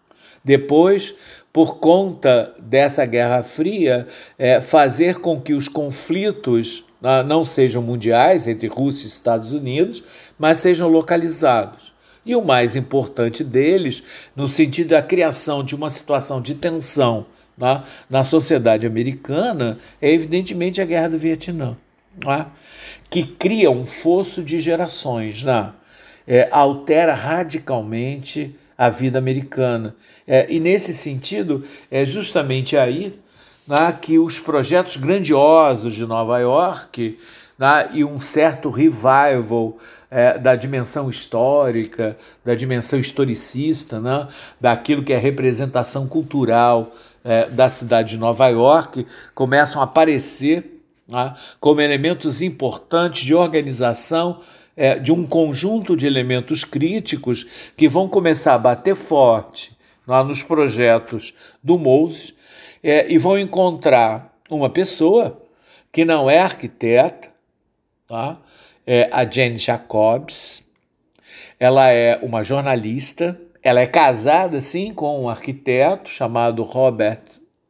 Depois, por conta dessa Guerra Fria, é, fazer com que os conflitos ah, não sejam mundiais entre Rússia e Estados Unidos, mas sejam localizados. E o mais importante deles, no sentido da criação de uma situação de tensão na, na sociedade americana, é evidentemente a Guerra do Vietnã. Né? Que cria um fosso de gerações, né? é, altera radicalmente a vida americana. É, e nesse sentido, é justamente aí, né, que os projetos grandiosos de Nova York, né, e um certo revival é, da dimensão histórica, da dimensão historicista, né, daquilo que é representação cultural é, da cidade de Nova York, começam a aparecer, né, como elementos importantes de organização é, de um conjunto de elementos críticos que vão começar a bater forte lá nos projetos do Moses é, e vão encontrar uma pessoa que não é arquiteta, tá? É a Jane Jacobs. Ela é uma jornalista, ela é casada, sim, com um arquiteto chamado Robert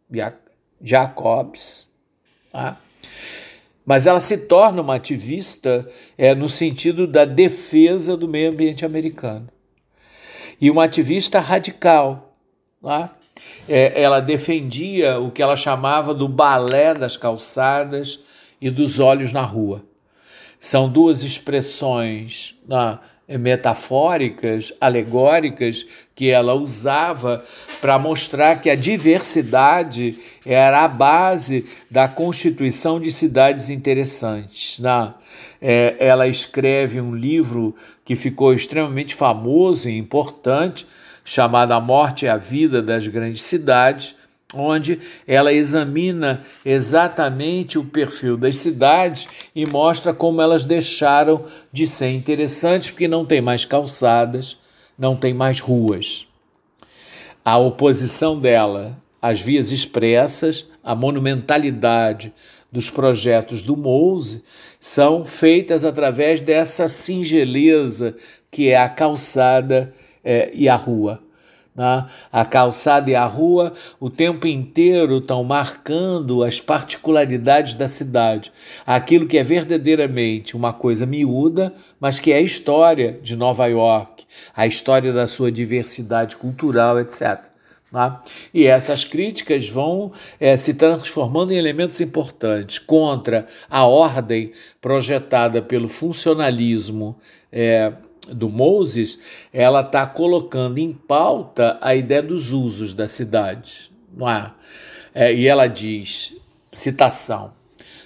Jacobs, tá? Mas ela se torna uma ativista é, no sentido da defesa do meio ambiente americano. E uma ativista radical. Tá? É, ela defendia o que ela chamava do balé das calçadas e dos olhos na rua. São duas expressões tá, metafóricas, alegóricas, que ela usava para mostrar que a diversidade era a base da constituição de cidades interessantes. Né? É, ela escreve um livro que ficou extremamente famoso e importante, chamado A Morte e a Vida das Grandes Cidades, onde ela examina exatamente o perfil das cidades e mostra como elas deixaram de ser interessantes, porque não tem mais calçadas, não tem mais ruas. A oposição dela às vias expressas, a monumentalidade dos projetos do Mose são feitas através dessa singeleza que é a calçada é, e a rua. Né? A calçada e a rua o tempo inteiro estão marcando as particularidades da cidade, aquilo que é verdadeiramente uma coisa miúda, mas que é a história de Nova York, a história da sua diversidade cultural, etcétera. Né? E essas críticas vão é, se transformando em elementos importantes contra a ordem projetada pelo funcionalismo é, do Moses. Ela está colocando em pauta a ideia dos usos da cidade. Não é? É, e ela diz, citação,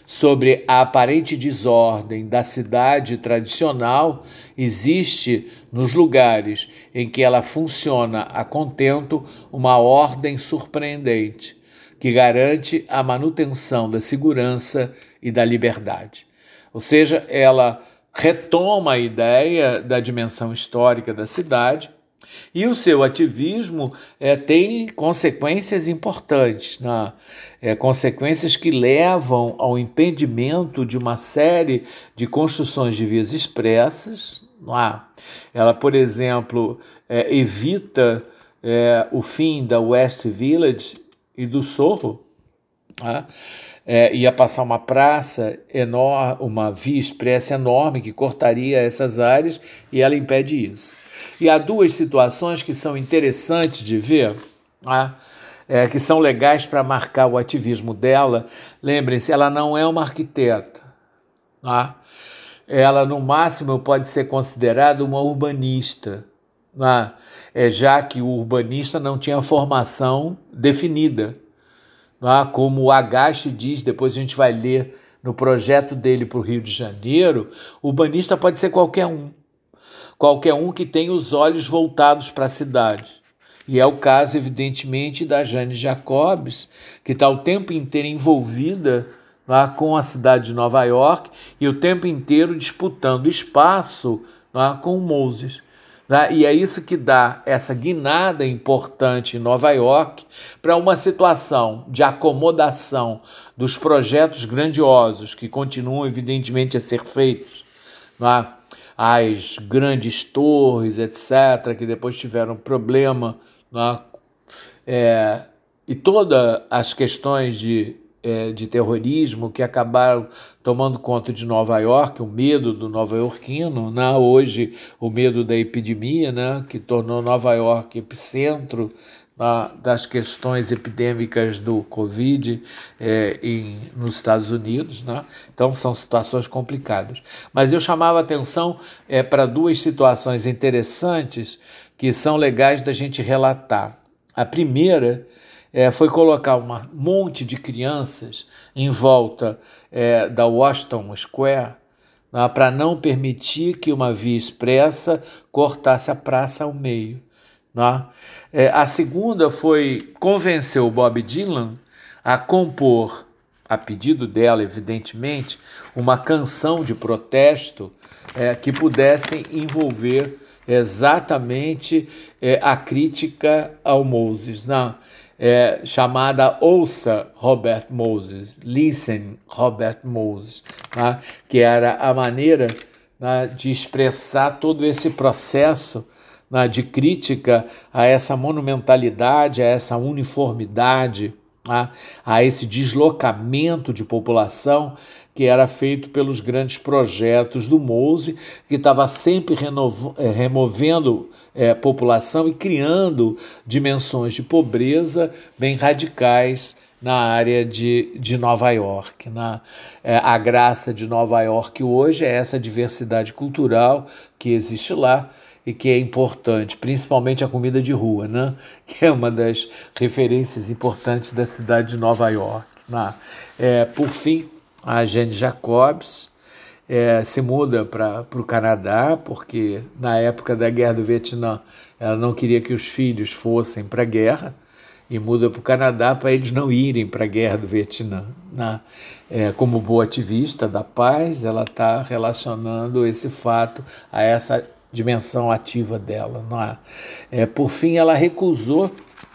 sobre a aparente desordem da cidade tradicional, existe nos lugares em que ela funciona a contento uma ordem surpreendente, que garante a manutenção da segurança e da liberdade. Ou seja, ela retoma a ideia da dimensão histórica da cidade, e o seu ativismo é, tem consequências importantes, né? É, consequências que levam ao impedimento de uma série de construções de vias expressas. Não é? Ela, por exemplo, é, evita é, o fim da West Village e do Soho. Né? É, ia passar uma praça enorme, uma via expressa enorme que cortaria essas áreas, e ela impede isso. E há duas situações que são interessantes de ver, né? É, que são legais para marcar o ativismo dela. Lembrem-se, ela não é uma arquiteta, né? Ela, no máximo, pode ser considerada uma urbanista, né? É, já que o urbanista não tinha formação definida. Ah, como o Agache diz, depois a gente vai ler no projeto dele para o Rio de Janeiro, o urbanista pode ser qualquer um. Qualquer um que tenha os olhos voltados para a cidade. E é o caso, evidentemente, da Jane Jacobs, que está o tempo inteiro envolvida lá com a cidade de Nova York e o tempo inteiro disputando espaço lá com o Moses. E é isso que dá essa guinada importante em Nova York para uma situação de acomodação dos projetos grandiosos que continuam, evidentemente, a ser feitos. As grandes torres, etcétera, que depois tiveram problema, é, e todas as questões de de terrorismo que acabaram tomando conta de Nova York, o medo do nova-iorquino, né? Hoje o medo da epidemia, né? Que tornou Nova York epicentro, né? Das questões epidêmicas do Covid é, em, nos Estados Unidos, né? Então são situações complicadas. Mas eu chamava atenção é, para duas situações interessantes que são legais da gente relatar. A primeira É, foi colocar um monte de crianças em volta é, da Washington Square, né, para não permitir que uma via expressa cortasse a praça ao meio. Né? É, a segunda foi convencer o Bob Dylan a compor, a pedido dela, evidentemente, uma canção de protesto é, que pudesse envolver exatamente é, a crítica ao Moses. Né? É, chamada Ouça Robert Moses, Listen Robert Moses, né? Que era a maneira, né, de expressar todo esse processo, né, de crítica a essa monumentalidade, a essa uniformidade, né, a esse deslocamento de população que era feito pelos grandes projetos do Mose, que estava sempre renovo, é, removendo é, população e criando dimensões de pobreza bem radicais na área de, de Nova York. Né? É, a graça de Nova York hoje é essa diversidade cultural que existe lá e que é importante, principalmente a comida de rua, né? Que é uma das referências importantes da cidade de Nova York. Né? É, por fim, a Jane Jacobs é, se muda para o Canadá, porque na época da Guerra do Vietnã ela não queria que os filhos fossem para a guerra, e muda para o Canadá para eles não irem para a Guerra do Vietnã. Né? É, como boa ativista da paz, ela está relacionando esse fato a essa dimensão ativa dela. Não é? É, por fim, ela recusou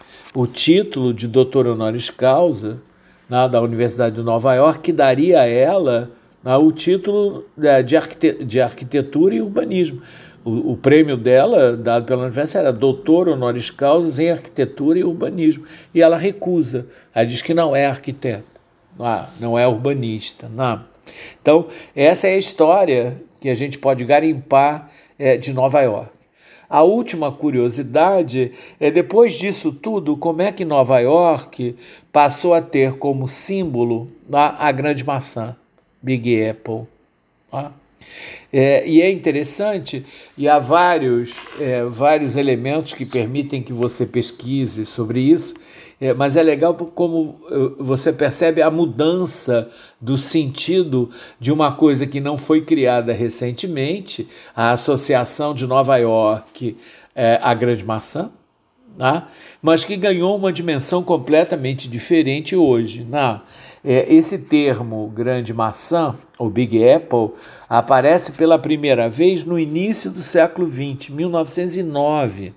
o título de doutor honoris causa, né, da Universidade de Nova York, que daria a ela, né, o título de, arquite de arquitetura e urbanismo. O, o prêmio dela, dado pela universidade, era doutor honoris causa em arquitetura e urbanismo. E ela recusa. Ela diz que não é arquiteta, não, não é urbanista. Não. Então, essa é a história que a gente pode garimpar é, de Nova York. A última curiosidade é, depois disso tudo, como é que Nova York passou a ter como símbolo a, a grande maçã, Big Apple. Tá? É, e é interessante, e há vários, é, vários elementos que permitem que você pesquise sobre isso, é, mas é legal como você percebe a mudança do sentido de uma coisa que não foi criada recentemente, a Associação de Nova York, é, a Grande Maçã, né? Mas que ganhou uma dimensão completamente diferente hoje. Né? É, esse termo grande maçã, ou Big Apple, aparece pela primeira vez no início do século vinte, mil novecentos e nove,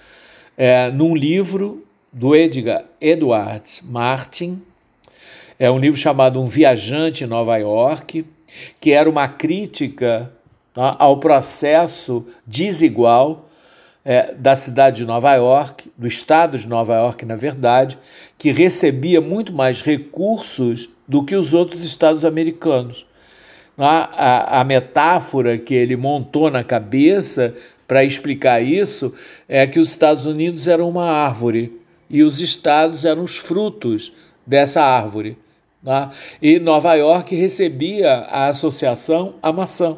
é, num livro do Edgar Edwards Martin, é um livro chamado Um Viajante em Nova York, que era uma crítica, tá, ao processo desigual É, da cidade de Nova York, do estado de Nova York, na verdade, que recebia muito mais recursos do que os outros estados americanos. A, a, a metáfora que ele montou na cabeça para explicar isso é que os Estados Unidos eram uma árvore e os estados eram os frutos dessa árvore. Tá? E Nova York recebia a associação à maçã.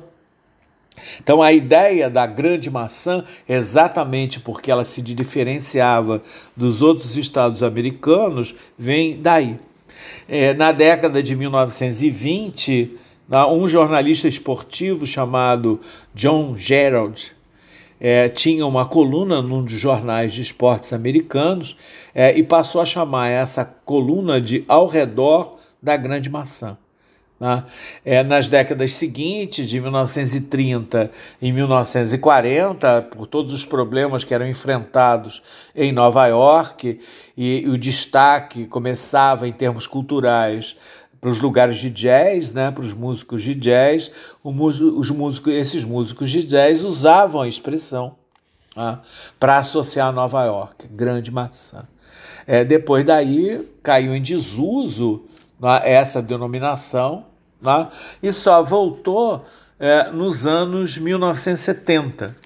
Então a ideia da grande maçã, exatamente porque ela se diferenciava dos outros estados americanos, vem daí. É, na década de mil novecentos e vinte, um jornalista esportivo chamado John Gerald é, tinha uma coluna num dos jornais de esportes americanos é, e passou a chamar essa coluna de Ao Redor da Grande Maçã. Né? É, nas décadas seguintes, de mil novecentos e trinta e mil novecentos e quarenta, por todos os problemas que eram enfrentados em Nova York, e, e o destaque começava em termos culturais para os lugares de jazz, né, para os músicos de jazz, o, os músicos, esses músicos de jazz usavam a expressão, né, para associar Nova York, Grande Maçã. É, depois daí caiu em desuso, né, essa denominação, né, e só voltou é, nos anos mil novecentos e setenta.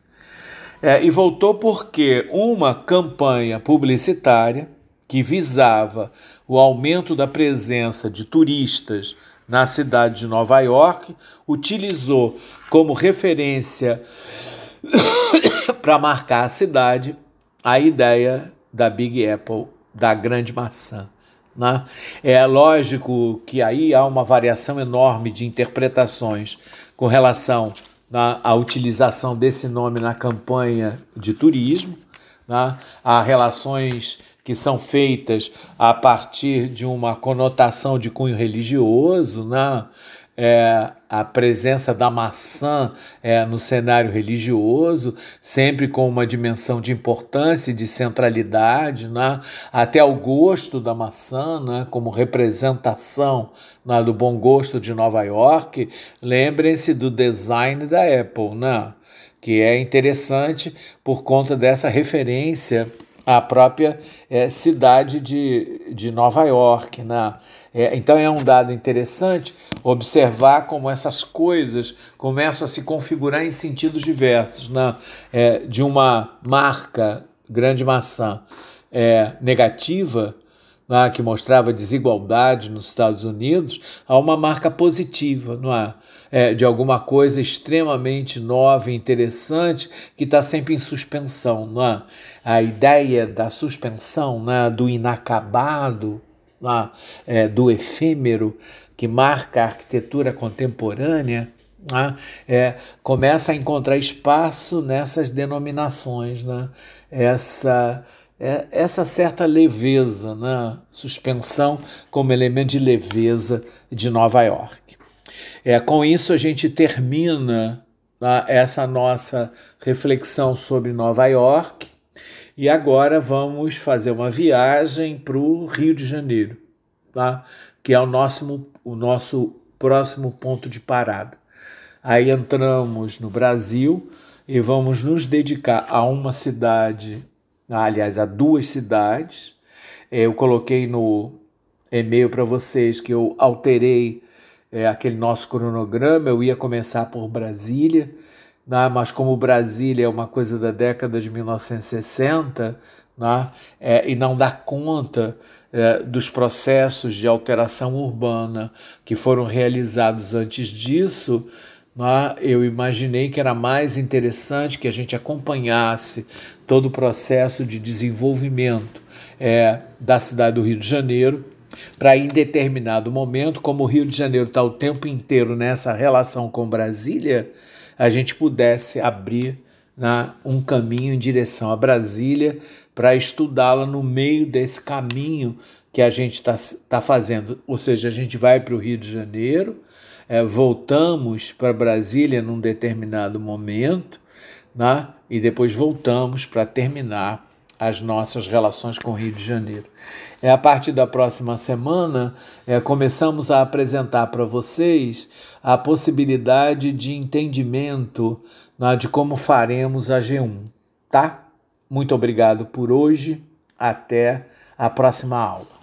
É, e voltou porque uma campanha publicitária que visava o aumento da presença de turistas na cidade de Nova York utilizou como referência para marcar a cidade a ideia da Big Apple, da grande maçã. Né? É lógico que aí há uma variação enorme de interpretações com relação, né, à utilização desse nome na campanha de turismo, né? Há relações que são feitas a partir de uma conotação de cunho religioso, né? É, a presença da maçã é, no cenário religioso, sempre com uma dimensão de importância e de centralidade, né? Até o gosto da maçã, né? Como representação, né, do bom gosto de Nova York. Lembrem-se do design da Apple, né? Que é interessante por conta dessa referência à própria é, cidade de, de Nova York. Né? É, então é um dado interessante observar como essas coisas começam a se configurar em sentidos diversos. Né? É, de uma marca Grande Maçã é, negativa, né, que mostrava desigualdade nos Estados Unidos, a uma marca positiva, não é? É, de alguma coisa extremamente nova e interessante que está sempre em suspensão. Não é? A ideia da suspensão, né, do inacabado, não é? É, do efêmero, que marca a arquitetura contemporânea, né, é, começa a encontrar espaço nessas denominações, né? Essa... É essa certa leveza, né? Suspensão como elemento de leveza de Nova York. É, com isso a gente termina, né, essa nossa reflexão sobre Nova York e agora vamos fazer uma viagem para o Rio de Janeiro, tá? Que é o nosso, o nosso próximo ponto de parada. Aí entramos no Brasil e vamos nos dedicar a uma cidade, aliás, a duas cidades. Eu coloquei no e-mail para vocês que eu alterei é, aquele nosso cronograma. Eu ia começar por Brasília, né? Mas como Brasília é uma coisa da década de mil novecentos e sessenta, né? É, e não dá conta é, dos processos de alteração urbana que foram realizados antes disso, né, eu imaginei que era mais interessante que a gente acompanhasse todo o processo de desenvolvimento é, da cidade do Rio de Janeiro, para em determinado momento, como o Rio de Janeiro está o tempo inteiro nessa relação com Brasília, a gente pudesse abrir, né, um caminho em direção a Brasília para estudá-la no meio desse caminho que a gente está tá fazendo. Ou seja, a gente vai para o Rio de Janeiro, é, voltamos para Brasília num determinado momento, né, e depois voltamos para terminar as nossas relações com o Rio de Janeiro. É, a partir da próxima semana, é, começamos a apresentar para vocês a possibilidade de entendimento, né, de como faremos a G um, tá? Muito obrigado por hoje, até a próxima aula.